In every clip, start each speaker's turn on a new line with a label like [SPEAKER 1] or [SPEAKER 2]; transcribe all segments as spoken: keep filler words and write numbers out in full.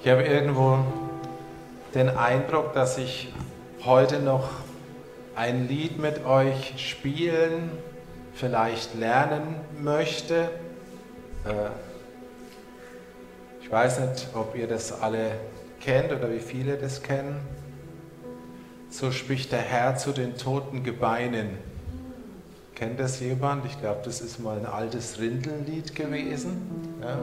[SPEAKER 1] Ich habe irgendwo den Eindruck, dass ich heute noch ein Lied mit euch spielen, vielleicht lernen möchte. Ich weiß nicht, ob ihr das alle kennt oder wie viele das kennen. So spricht der Herr zu den toten Gebeinen. Kennt das jemand? Ich glaube, das ist mal ein altes Rindellied gewesen. Ja.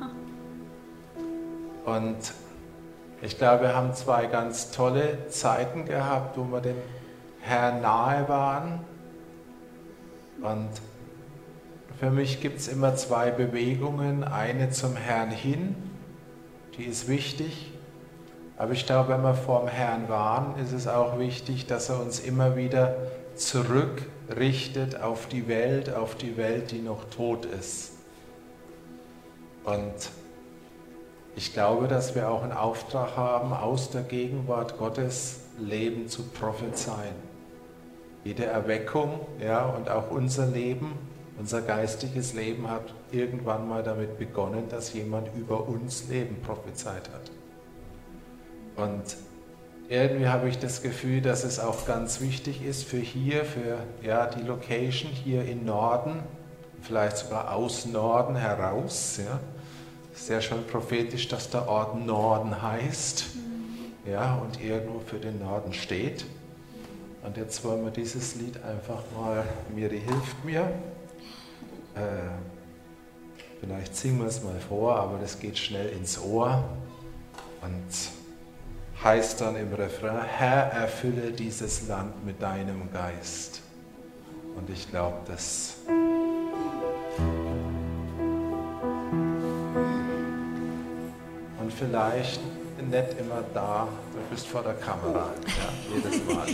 [SPEAKER 1] Und ich glaube, wir haben zwei ganz tolle Zeiten gehabt, wo wir dem Herrn nahe waren. Und für mich gibt es immer zwei Bewegungen. Eine zum Herrn hin, die ist wichtig. Aber ich glaube, wenn wir vor dem Herrn waren, ist es auch wichtig, dass er uns immer wieder zurückrichtet auf die Welt, auf die Welt, die noch tot ist. Und ich glaube, dass wir auch einen Auftrag haben, aus der Gegenwart Gottes Leben zu prophezeien. Jede Erweckung, ja, und auch unser Leben, unser geistiges Leben hat irgendwann mal damit begonnen, dass jemand über uns Leben prophezeit hat. Und irgendwie habe ich das Gefühl, dass es auch ganz wichtig ist für hier, für ja, die Location hier im Norden, vielleicht sogar aus Norden heraus. Ja. Ist ja schon prophetisch, dass der Ort Norden heißt, ja, und irgendwo für den Norden steht. Und jetzt wollen wir dieses Lied einfach mal, Miri hilft mir. Äh, vielleicht singen wir es mal vor, aber das geht schnell ins Ohr. Und heißt dann im Refrain, Herr, erfülle dieses Land mit deinem Geist. Und ich glaube, das und vielleicht nicht immer da, du bist vor der Kamera, ja, jedes Mal.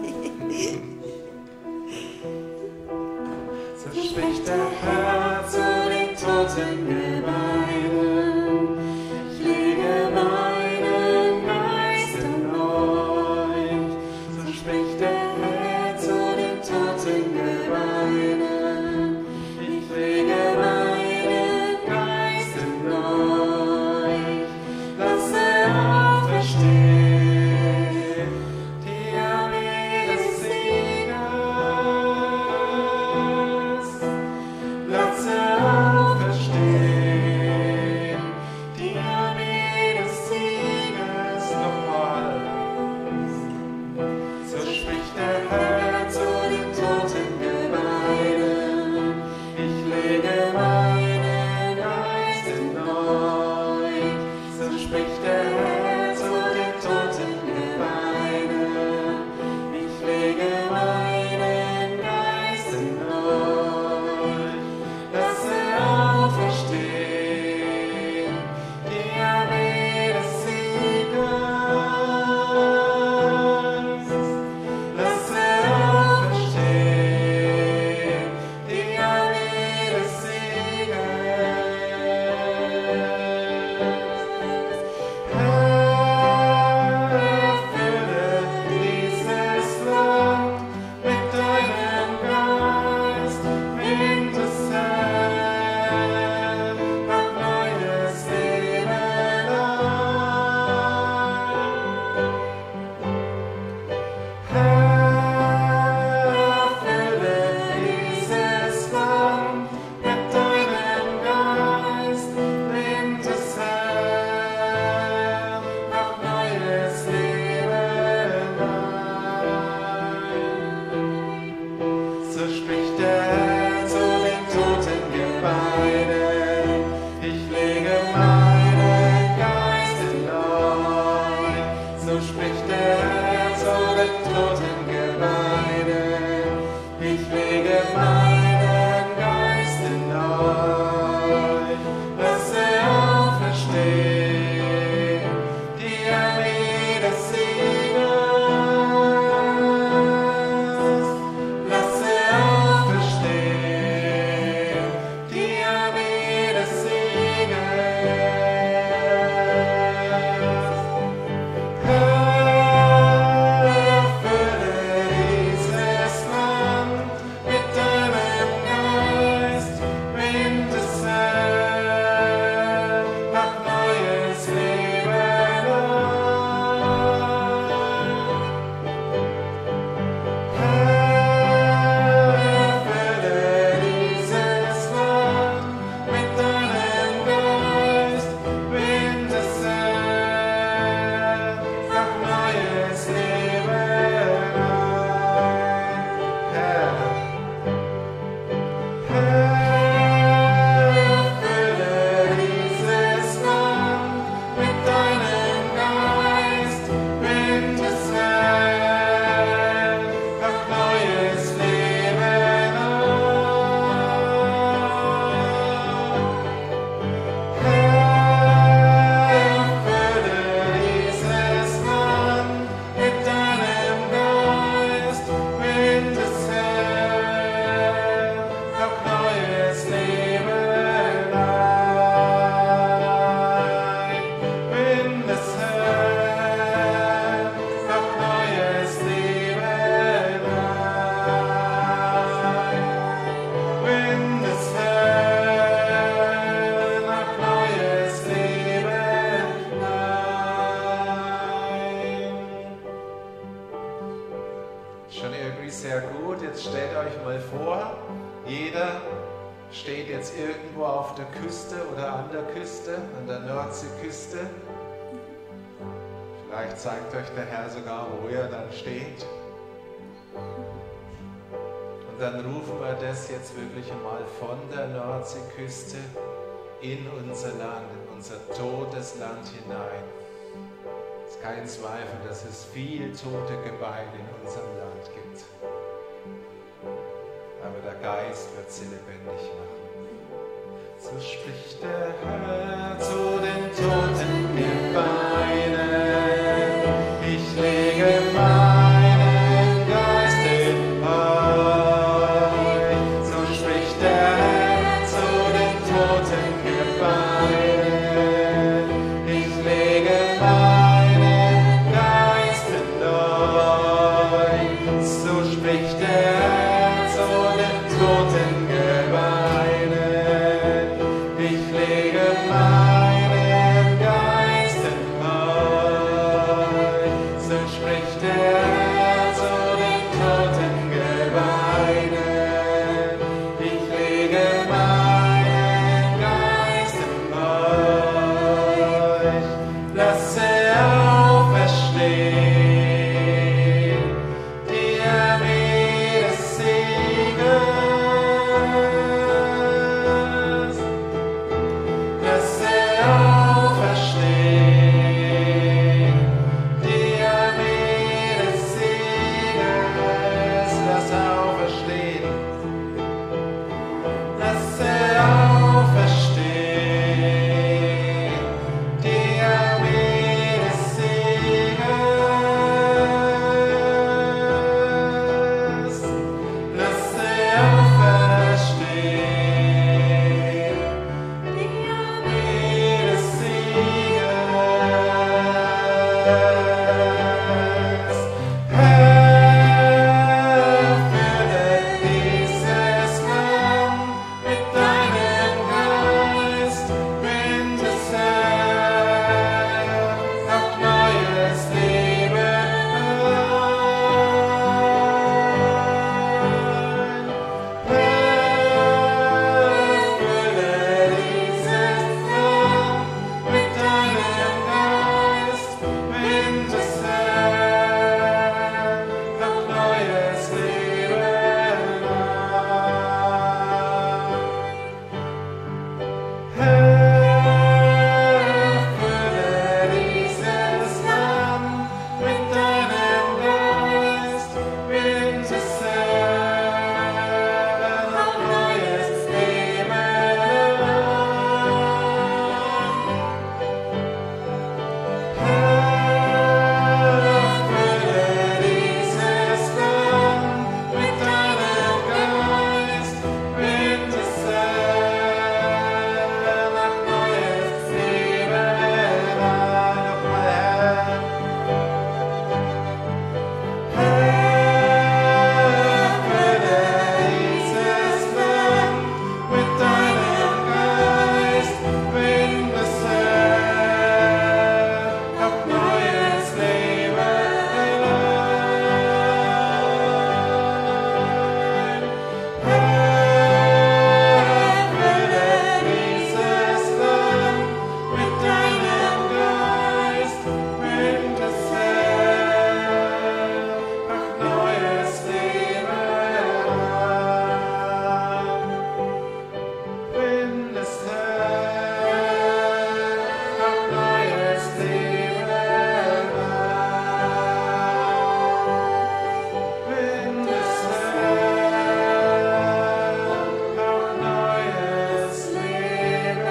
[SPEAKER 1] So spricht der Herr zu den toten Gebeinen, ich lege meinen Geist in euch. So spricht der Herr zu den toten Gebeinen, ich lege meinen Geist in euch. Lasse auferstehen die Armee des Siegers. Lasse auferstehen. wirklich sehr gut. Jetzt stellt euch mal vor, jeder steht jetzt irgendwo auf der Küste oder an der Küste, an der Nordseeküste. Vielleicht zeigt euch der Herr sogar, wo ihr dann steht. Und dann rufen wir das jetzt wirklich einmal von der Nordseeküste in unser Land, in unser totes Land hinein. Es ist kein Zweifel, dass es viel tote Gebeine in unserem Land gibt. Aber der Geist wird sie lebendig machen. So spricht der Herr zu den toten Gebeinen. Ich lege meinen Geist in euch. So spricht der Herr zu den toten Gebeinen. Ich lege meinen Geist in euch. So spricht der Herr zu den toten Gebeinen. Ich lege meinen Geist in euch. So spricht der Herr zu den toten Gebeinen. Ich lege meinen Geist in euch. Lasse auferstehen, die Armee des Siegers. Lasse auferstehen, die Armee des Siegers. Lasse auferstehen. Lasse auferstehen, die Armee des Siegers. Lasse auferstehen, die Armee des Siegers. Herr, fülle dieses Land mit deinem Geist, binde es auf neues Leben ein. Herr, fülle dieses Land mit deinem Geist, binde es auf neues Leben ein. Herr, fülle dieses Land mit deinem Geist, binde es auf neues Leben ein. Herr, fülle dieses Land mit deinem Geist, binde es nach neues Leben ein. Nochmal, Herr. Herr, fülle dieses Land mit deinem Geist, binde es auf neues Leben ein. Herr, fülle dieses Land mit deinem Geist, binde es auf neues Leben ein. Binde es auf neues Leben ein. Binde es auf neues Leben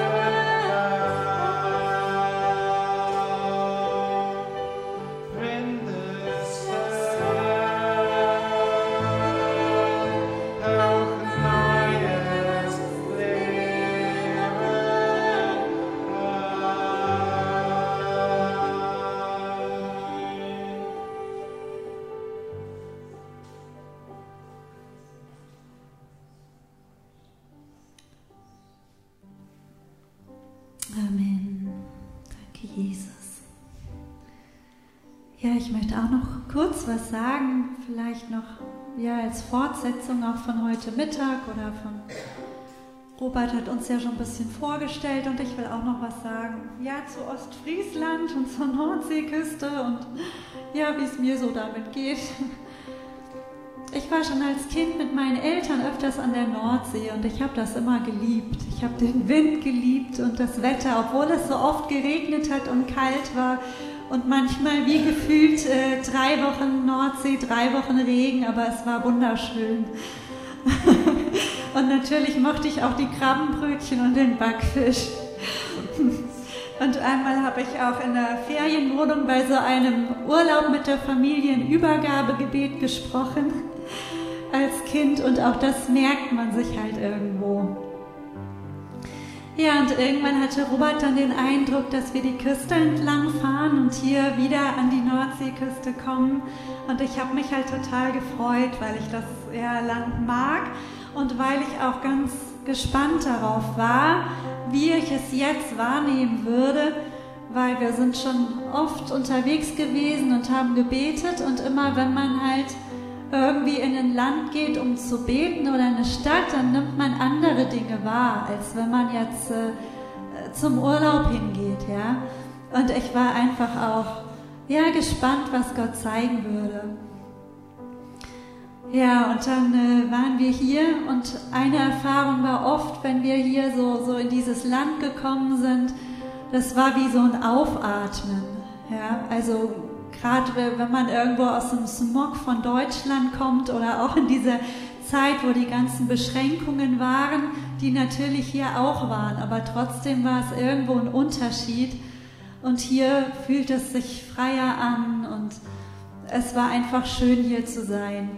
[SPEAKER 1] ein. Binde es auf neues Leben ein.
[SPEAKER 2] Amen. Danke, Jesus. Ja, ich möchte auch noch kurz was sagen, vielleicht noch
[SPEAKER 3] ja, als Fortsetzung auch von heute Mittag oder von Robert hat uns ja schon ein bisschen vorgestellt und ich will auch noch was sagen. Ja, zu Ostfriesland und zur Nordseeküste und ja, wie es mir so damit geht. Ich war schon als Kind mit meinen Eltern öfters an der Nordsee und ich habe das immer geliebt. Ich habe den Wind geliebt und das Wetter, obwohl es so oft geregnet hat und kalt war und manchmal wie gefühlt äh, drei Wochen Nordsee, drei Wochen Regen, aber es war wunderschön. Und natürlich mochte ich auch die Krabbenbrötchen und den Backfisch. Und einmal habe ich auch in der Ferienwohnung bei so einem Urlaub mit der Familie ein Übergabegebet gesprochen als Kind und auch das merkt man sich halt irgendwo. Ja, und irgendwann hatte Robert dann den Eindruck, dass wir die Küste entlang fahren und hier wieder an die Nordseeküste kommen. Und ich habe mich halt total gefreut, weil ich das ja, Land mag und weil ich auch ganz gespannt darauf war, wie ich es jetzt wahrnehmen würde, weil wir sind schon oft unterwegs gewesen und haben gebetet und immer wenn man halt irgendwie in ein Land geht, um zu beten oder in eine Stadt, dann nimmt man andere Dinge wahr, als wenn man jetzt äh, zum Urlaub hingeht, ja. Und ich war einfach auch, ja, gespannt, was Gott zeigen würde. Ja, und dann äh, waren wir hier und eine Erfahrung war oft, wenn wir hier so, so in dieses Land gekommen sind, das war wie so ein Aufatmen, ja, also gerade wenn man irgendwo aus dem Smog von Deutschland kommt oder auch in dieser Zeit, wo die ganzen Beschränkungen waren, die natürlich hier auch waren, aber trotzdem war es irgendwo ein Unterschied und hier fühlt es sich freier an und es war einfach schön hier zu sein.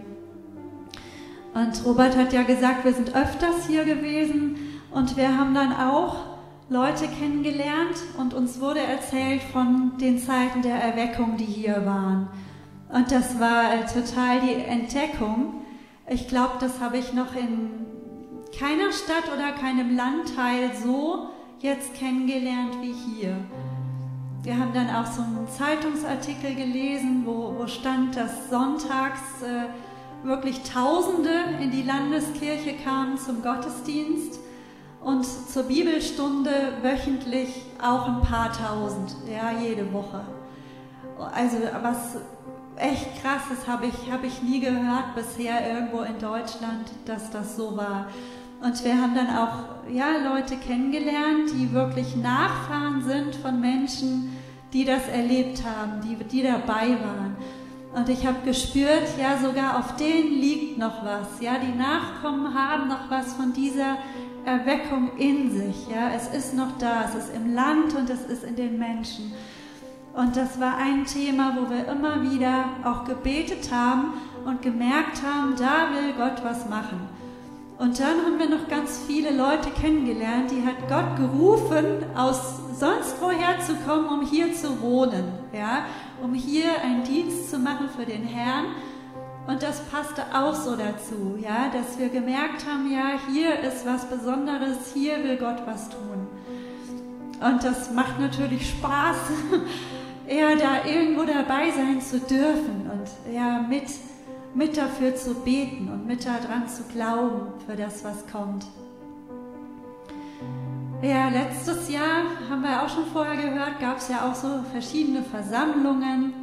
[SPEAKER 3] Und Robert hat ja gesagt, wir sind öfters hier gewesen und wir haben dann auch Leute kennengelernt und uns wurde erzählt von den Zeiten der Erweckung, die hier waren. Und das war total die Entdeckung. Ich glaube, das habe ich noch in keiner Stadt oder keinem Landteil so jetzt kennengelernt wie hier. Wir haben dann auch so einen Zeitungsartikel gelesen, wo, wo stand, dass sonntags äh, wirklich Tausende in die Landeskirche kamen zum Gottesdienst. Und zur Bibelstunde wöchentlich auch ein paar Tausend, ja, jede Woche. Also was echt krasses habe ich, hab ich nie gehört bisher irgendwo in Deutschland, dass das so war. Und wir haben dann auch ja, Leute kennengelernt, die wirklich Nachfahren sind von Menschen, die das erlebt haben, die, die dabei waren. Und ich habe gespürt, ja, sogar auf denen liegt noch was. Ja, die Nachkommen haben noch was von dieser Erweckung in sich. Ja, es ist noch da, es ist im Land und es ist in den Menschen. Und das war ein Thema, wo wir immer wieder auch gebetet haben und gemerkt haben, da will Gott was machen. Und dann haben wir noch ganz viele Leute kennengelernt, die hat Gott gerufen, aus sonst woher zu kommen, um hier zu wohnen, ja, um hier einen Dienst zu machen für den Herrn. Und das passte auch so dazu, ja, dass wir gemerkt haben, ja, hier ist was Besonderes, hier will Gott was tun. Und das macht natürlich Spaß, ja, da irgendwo dabei sein zu dürfen und ja, mit mit dafür zu beten und mit daran zu glauben für das, was kommt. Ja, letztes Jahr, haben wir auch schon vorher gehört, gab es ja auch so verschiedene Versammlungen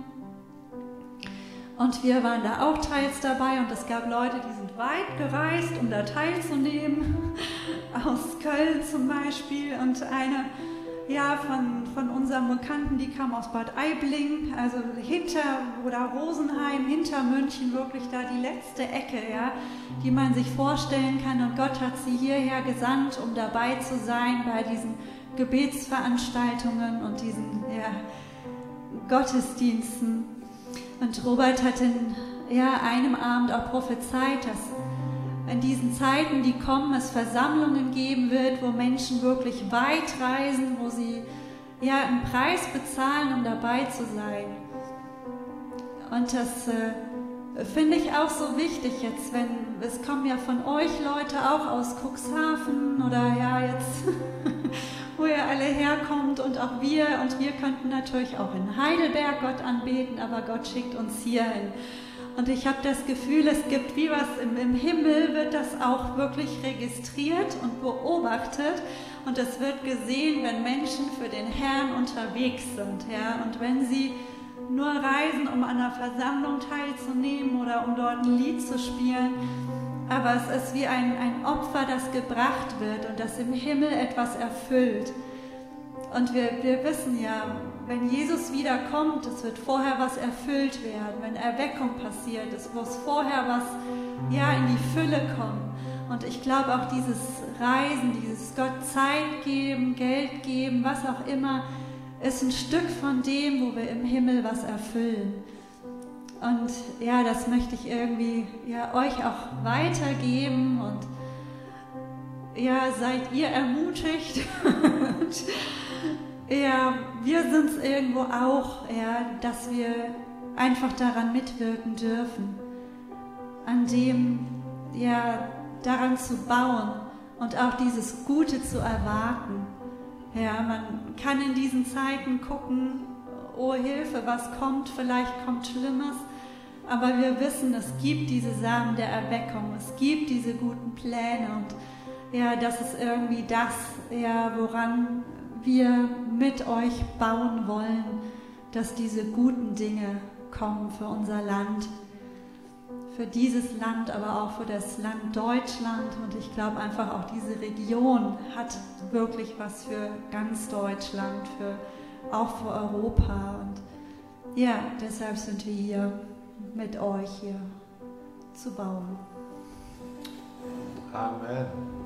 [SPEAKER 3] und wir waren da auch teils dabei und es gab Leute, die sind weit gereist, um da teilzunehmen, aus Köln zum Beispiel und eine ja, von, von unserem Bekannten, die kam aus Bad Aibling, also hinter oder Rosenheim, hinter München, wirklich da die letzte Ecke, ja, die man sich vorstellen kann. Und Gott hat sie hierher gesandt, um dabei zu sein bei diesen Gebetsveranstaltungen und diesen ja, Gottesdiensten. Und Robert hat in ja, einem Abend auch prophezeit, dass in diesen Zeiten, die kommen, es Versammlungen geben wird, wo Menschen wirklich weit reisen, wo sie ja einen Preis bezahlen, um dabei zu sein. Und das äh, finde ich auch so wichtig jetzt, wenn, es kommen ja von euch Leute auch aus Cuxhaven oder ja jetzt, wo ihr alle herkommt und auch wir und wir könnten natürlich auch in Heidelberg Gott anbeten, aber Gott schickt uns hierhin. Und ich habe das Gefühl, es gibt wie was im, im Himmel, wird das auch wirklich registriert und beobachtet. Und es wird gesehen, wenn Menschen für den Herrn unterwegs sind. Ja? Und wenn sie nur reisen, um an einer Versammlung teilzunehmen oder um dort ein Lied zu spielen. Aber es ist wie ein, ein Opfer, das gebracht wird und das im Himmel etwas erfüllt. Und wir, wir wissen ja, wenn Jesus wiederkommt, es wird vorher was erfüllt werden. Wenn Erweckung passiert, es muss vorher was ja, in die Fülle kommen. Und ich glaube auch dieses Reisen, dieses Gott Zeit geben, Geld geben, was auch immer, ist ein Stück von dem, wo wir im Himmel was erfüllen. Und ja, das möchte ich irgendwie ja, euch auch weitergeben. Und ja, seid ihr ermutigt. Und, ja, wir sind es irgendwo auch, ja, dass wir einfach daran mitwirken dürfen, an dem, ja, daran zu bauen und auch dieses Gute zu erwarten. Ja, man kann in diesen Zeiten gucken, oh Hilfe, was kommt, vielleicht kommt Schlimmes, aber wir wissen, es gibt diese Samen der Erweckung, es gibt diese guten Pläne und ja, das ist irgendwie das, ja, woran wir mit euch bauen wollen, dass diese guten Dinge kommen für unser Land, für dieses Land, aber auch für das Land Deutschland. Und ich glaube einfach auch diese Region hat wirklich was für ganz Deutschland, für, auch für Europa. Und ja, deshalb sind wir hier mit euch hier zu bauen.
[SPEAKER 1] Amen.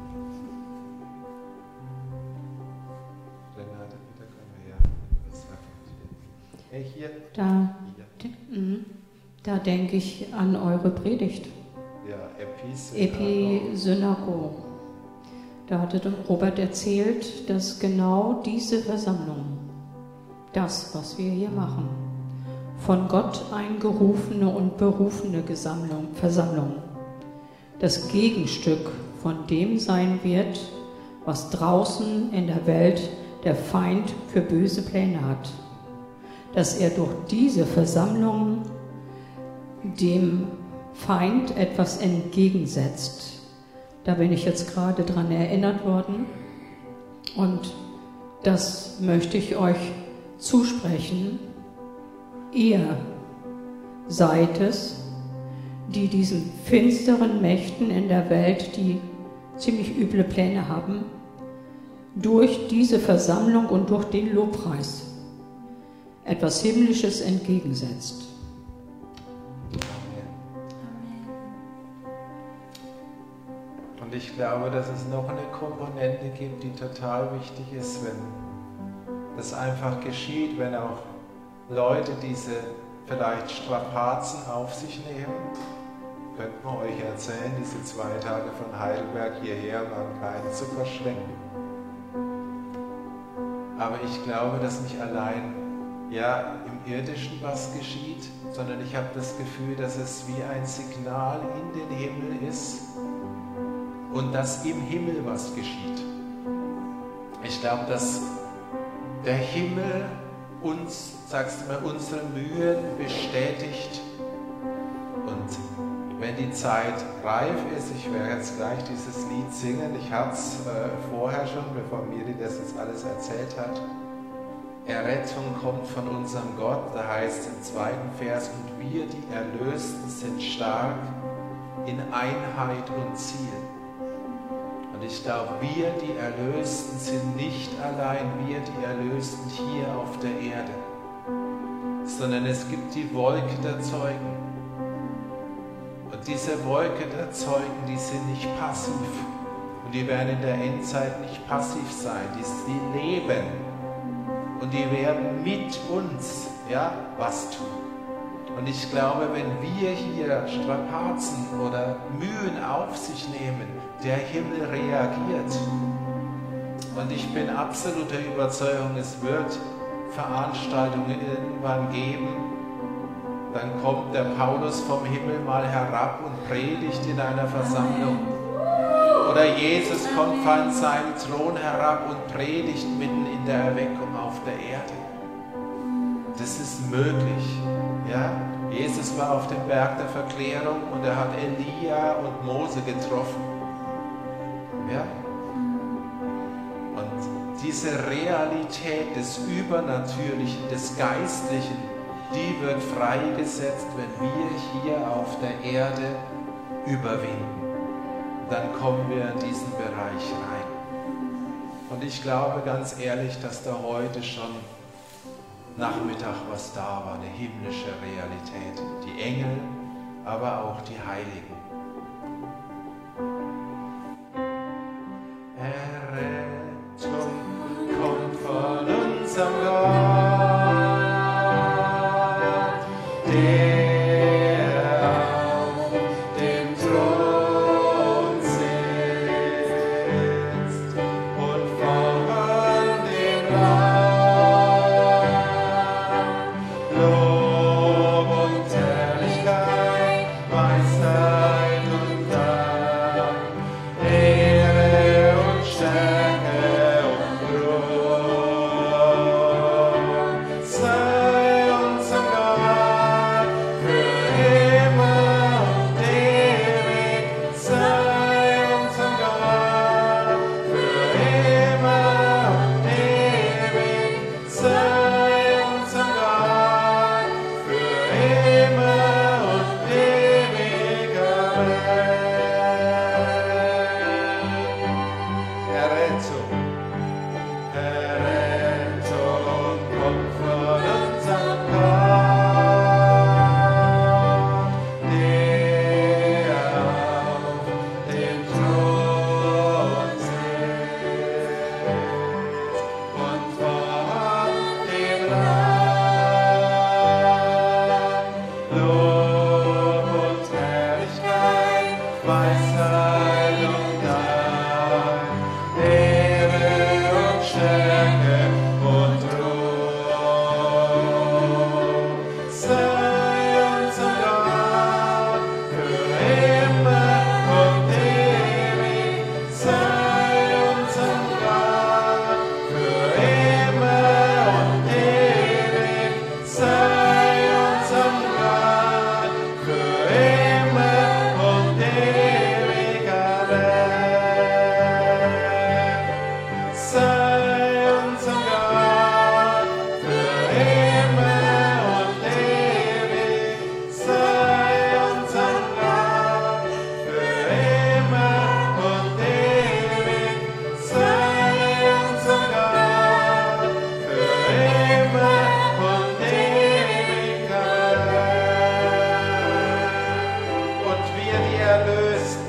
[SPEAKER 1] Hier.
[SPEAKER 4] Da, da denke ich an eure Predigt.
[SPEAKER 1] Ja,
[SPEAKER 4] Episynago. Da hatte Robert erzählt, dass genau diese Versammlung, das, was wir hier machen, von Gott eingerufene und berufene Gesammlung, Versammlung, das Gegenstück von dem sein wird, was draußen in der Welt der Feind für böse Pläne hat. Dass er durch diese Versammlung dem Feind etwas entgegensetzt. Da bin ich jetzt gerade dran erinnert worden und das möchte ich euch zusprechen. Ihr seid es, die diesen finsteren Mächten in der Welt, die ziemlich üble Pläne haben, durch diese Versammlung und durch den Lobpreis etwas Himmlisches entgegensetzt.
[SPEAKER 1] Und ich glaube, dass es noch eine Komponente gibt, die total wichtig ist, wenn das einfach geschieht, wenn auch Leute diese vielleicht Strapazen auf sich nehmen. Könnte man euch erzählen, diese zwei Tage von Heidelberg hierher waren kein Zuckerschlecken. Aber ich glaube, dass nicht allein ja, im Irdischen was geschieht, sondern ich habe das Gefühl, dass es wie ein Signal in den Himmel ist und dass im Himmel was geschieht. Ich glaube, dass der Himmel uns, sagst du mal, unsere Mühen bestätigt und wenn die Zeit reif ist, ich werde jetzt gleich dieses Lied singen, ich hatte es äh, vorher schon, bevor Miri das jetzt alles erzählt hat. Errettung kommt von unserem Gott, da heißt es im zweiten Vers, und wir, die Erlösten, sind stark in Einheit und Ziel. Und ich glaube, wir, die Erlösten, sind nicht allein wir, die Erlösten hier auf der Erde, sondern es gibt die Wolke der Zeugen. Und diese Wolke der Zeugen, die sind nicht passiv. Und die werden in der Endzeit nicht passiv sein, die, die leben. Und die werden mit uns ja, was tun. Und ich glaube, wenn wir hier Strapazen oder Mühen auf sich nehmen, der Himmel reagiert. Und ich bin absoluter Überzeugung, es wird Veranstaltungen irgendwann geben. Dann kommt der Paulus vom Himmel mal herab und predigt in einer Versammlung. Oder Jesus kommt von seinem Thron herab und predigt mitten in der Erweckung auf der Erde. Das ist möglich. Ja? Jesus war auf dem Berg der Verklärung und er hat Elia und Mose getroffen. Ja? Und diese Realität des Übernatürlichen, des Geistlichen, die wird freigesetzt, wenn wir hier auf der Erde überwinden. Dann kommen wir in diesen Bereich rein. Und ich glaube ganz ehrlich, dass da heute schon Nachmittag was da war, eine himmlische Realität. Die Engel, aber auch die Heiligen. Errettung kommt von unserem Gott, der auf dem Thron sitzt und von dem Lamm Lob und Herrlichkeit, Weisheit und Dank, Ehre und Stärke und Ruhm sei unserem Gott für immer und ewig, sei unserem Gott für immer und ewig, sei unserem Gott für immer und ewig. Amen. Errettung, Errettung kommt von unserem Gott, der auf dem Thron sitzt und von dem Lamm Lob und Herrlichkeit, Weisheit und Dank, Ehre und Stärke und Ruhm sei unserem Gott für immer und ewig, sei unserem Gott für immer und ewig, sei unserem Gott für immer und ewig. Amen. Sei unserem Gott für immer und ewig, sei unserem Gott für immer und ewig, sei unserem Gott für immer und ewig. Amen. Und wir die Erlösten,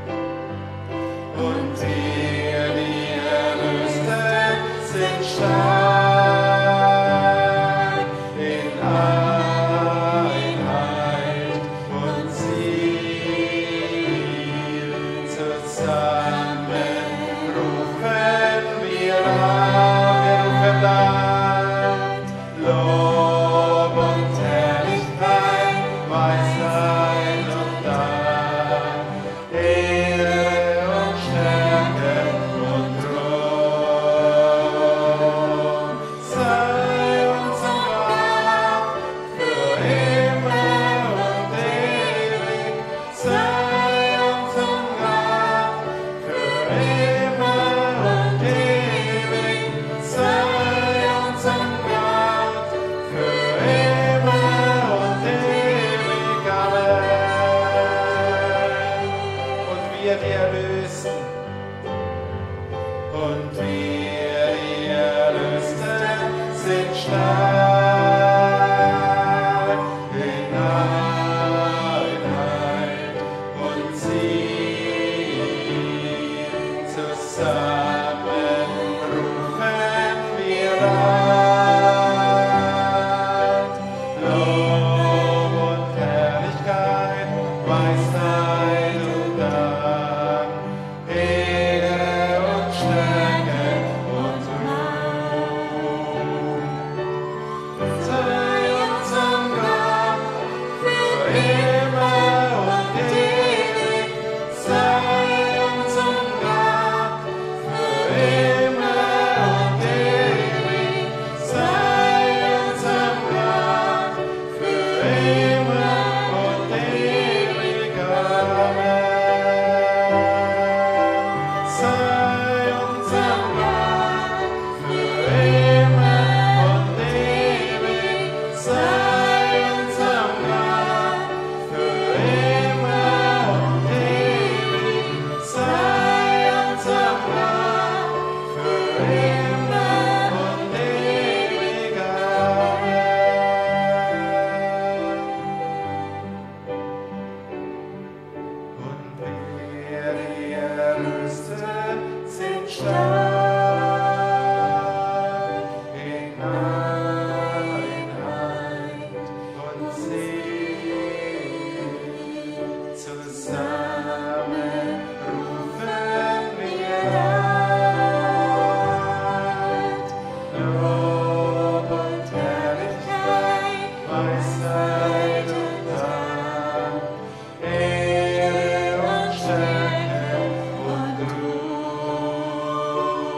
[SPEAKER 1] und wir die Erlösten sind stark in Einheit und Ziel. Zusammen rufen wir an, wir rufen an. Lob und Herrlichkeit, Weisheit und Dank, Ehre und Stärke und Ruhm sei unserem Gott für immer und ewig, sei unserem Gott für immer und ewig, sei unserem Gott für immer und ewig. Amen. Und wir die Erlösten, und wir die Erlösten sind stark in Einheit und Ziel. Zusammen rufen wir an. Lob und Herrlichkeit, Weisheit und Dank, Ehre und Stärke wir die Erlösten sind stark in Einheit und Segen. Zusammen rufen wir laut, Lob und Herrlichkeit, Weisheit und Dank, Ehre und Stärke und Ruhm.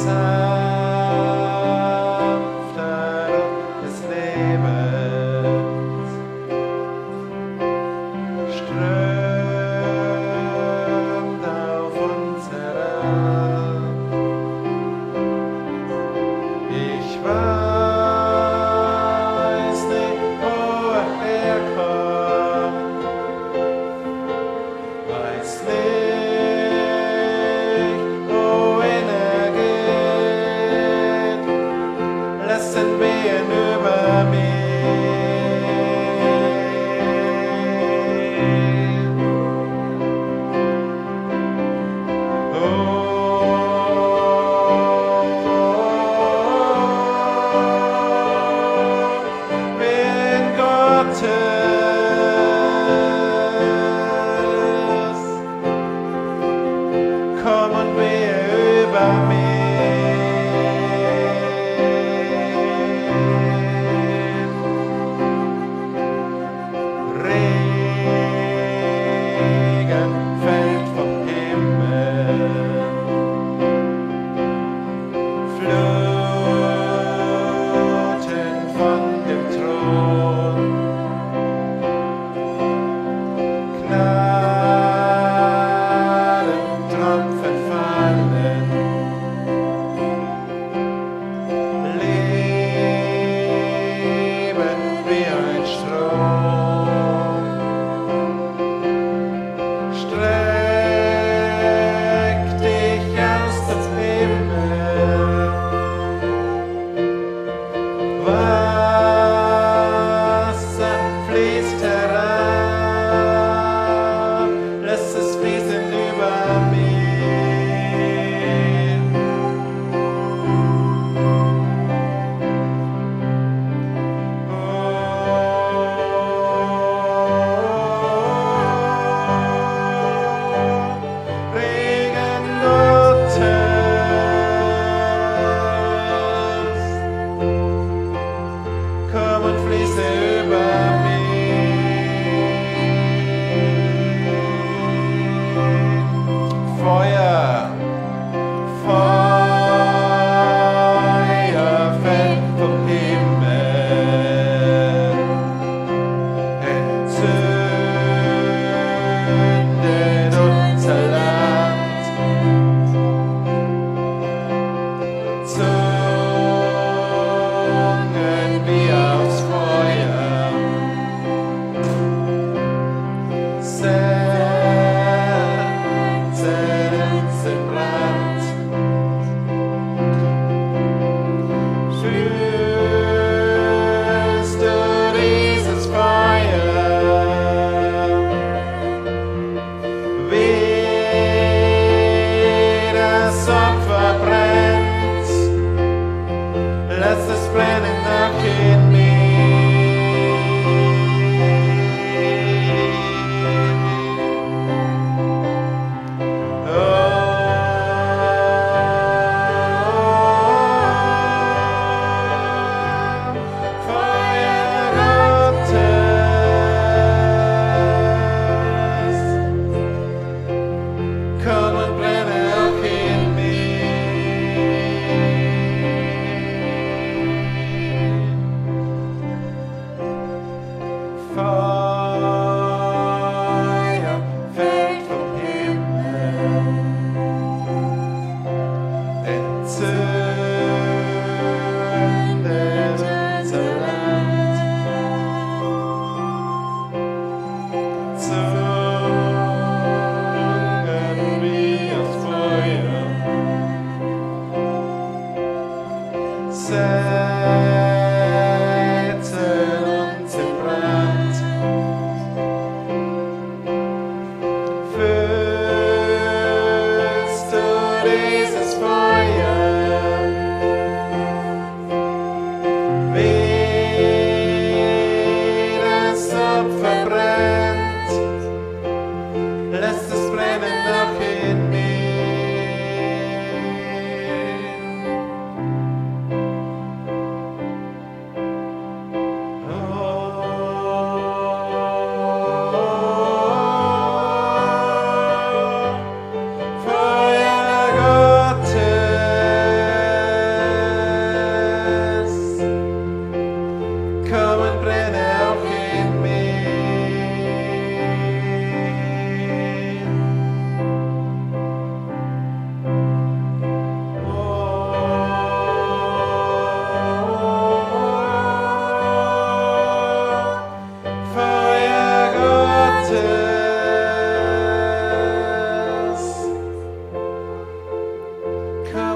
[SPEAKER 1] Feuer Gottes.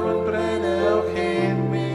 [SPEAKER 1] und brenne auch in mir.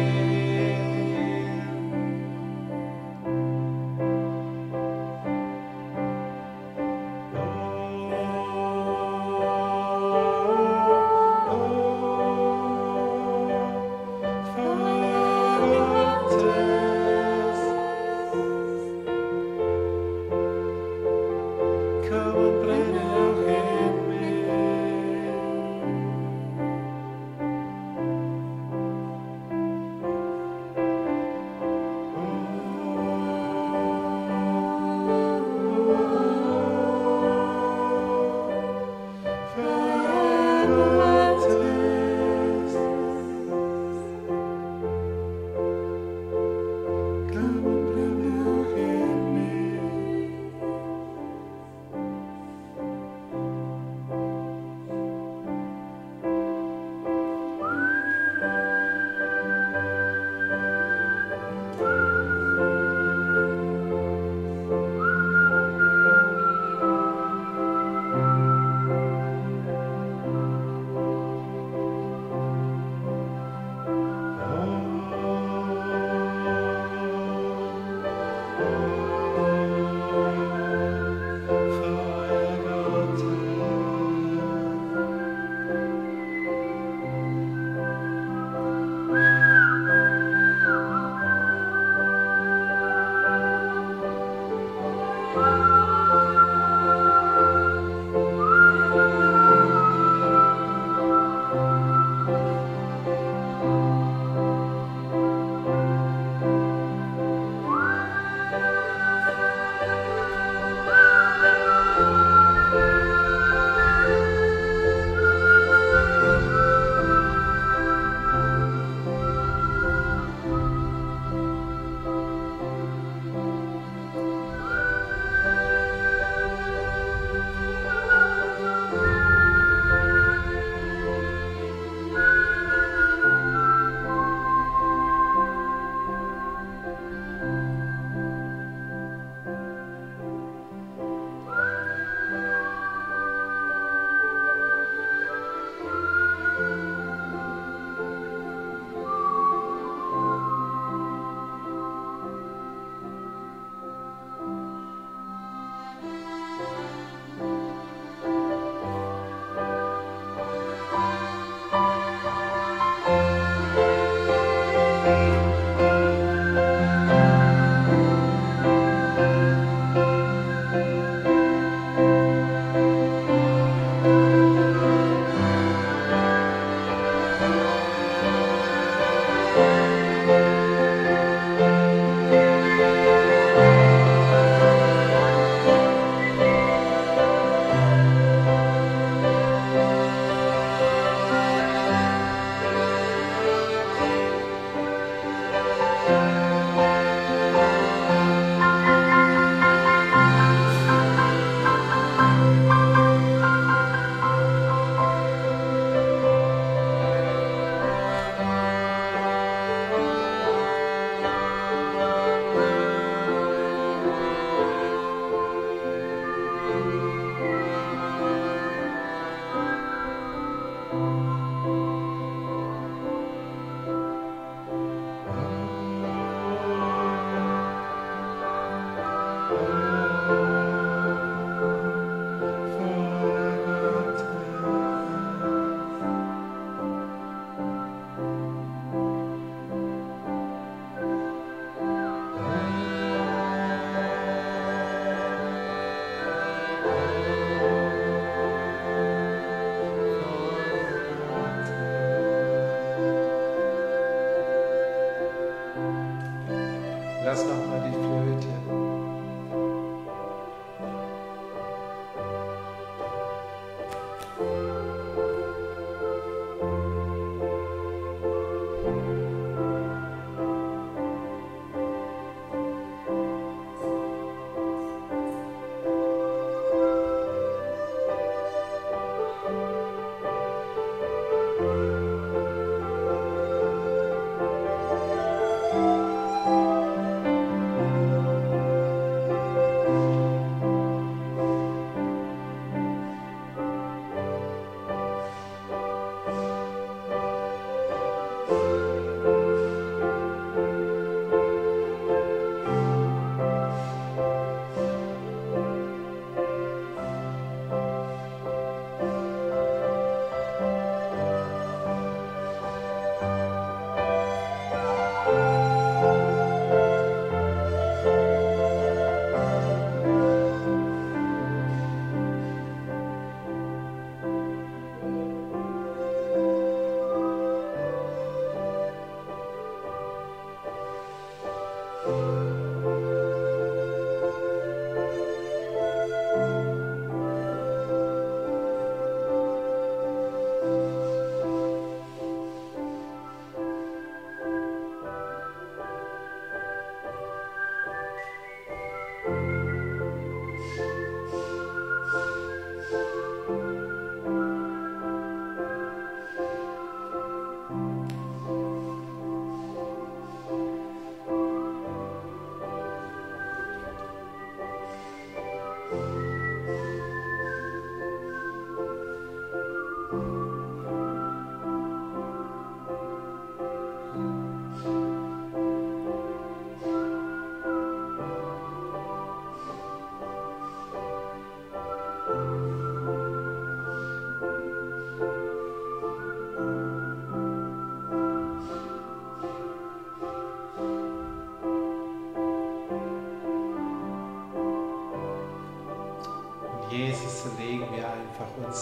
[SPEAKER 1] Lass noch mal die Flöte.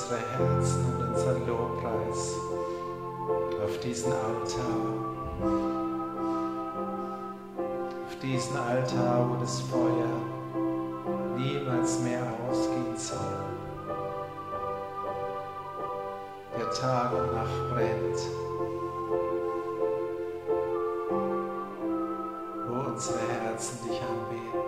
[SPEAKER 1] unsere Herzen und unseren Lobpreis auf diesen Altar. Auf diesen Altar, wo das Feuer niemals mehr ausgehen soll. Der Tag und Nacht brennt. Wo unsere Herzen dich anbeten.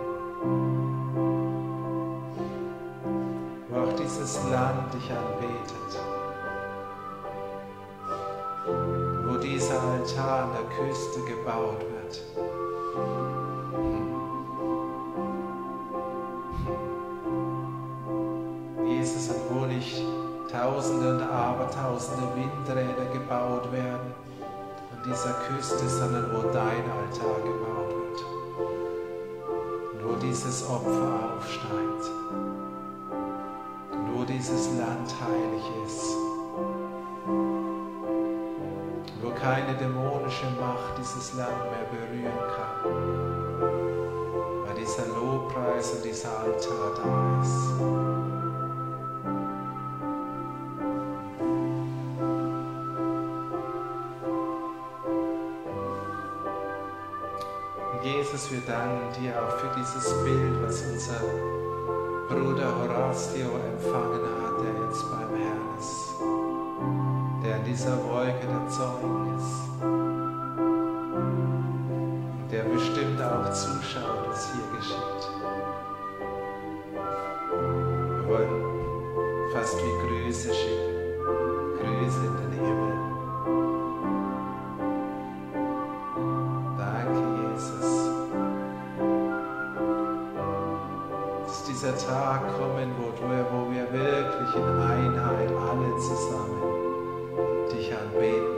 [SPEAKER 1] Wo auch dieses Land dich anbetet. Wo dieser Altar an der Küste gebaut wird. Jesus, und wo nicht Tausende und Abertausende Windräder gebaut werden an dieser Küste, sondern wo dein Altar gebaut wird. Und wo dieses Opfer aufsteigt. Und wo dieses Land heilig ist. Wo keine dämonische Macht dieses Land mehr berühren kann. Weil dieser Lobpreis und dieser Altar da ist. Jesus, wir danken dir auch für dieses Bild, was unser Bruder Horatio empfangen hat, der jetzt beim Herrn ist, der in dieser Wolke der Zeugen ist, der bestimmt auch zuschaut, was hier geschieht. Wir wollen fast wie Grüße schicken, Grüße in den Himmel. Dieser Tag kommen, wo, wir, wo wir wirklich in Einheit alle zusammen dich anbeten.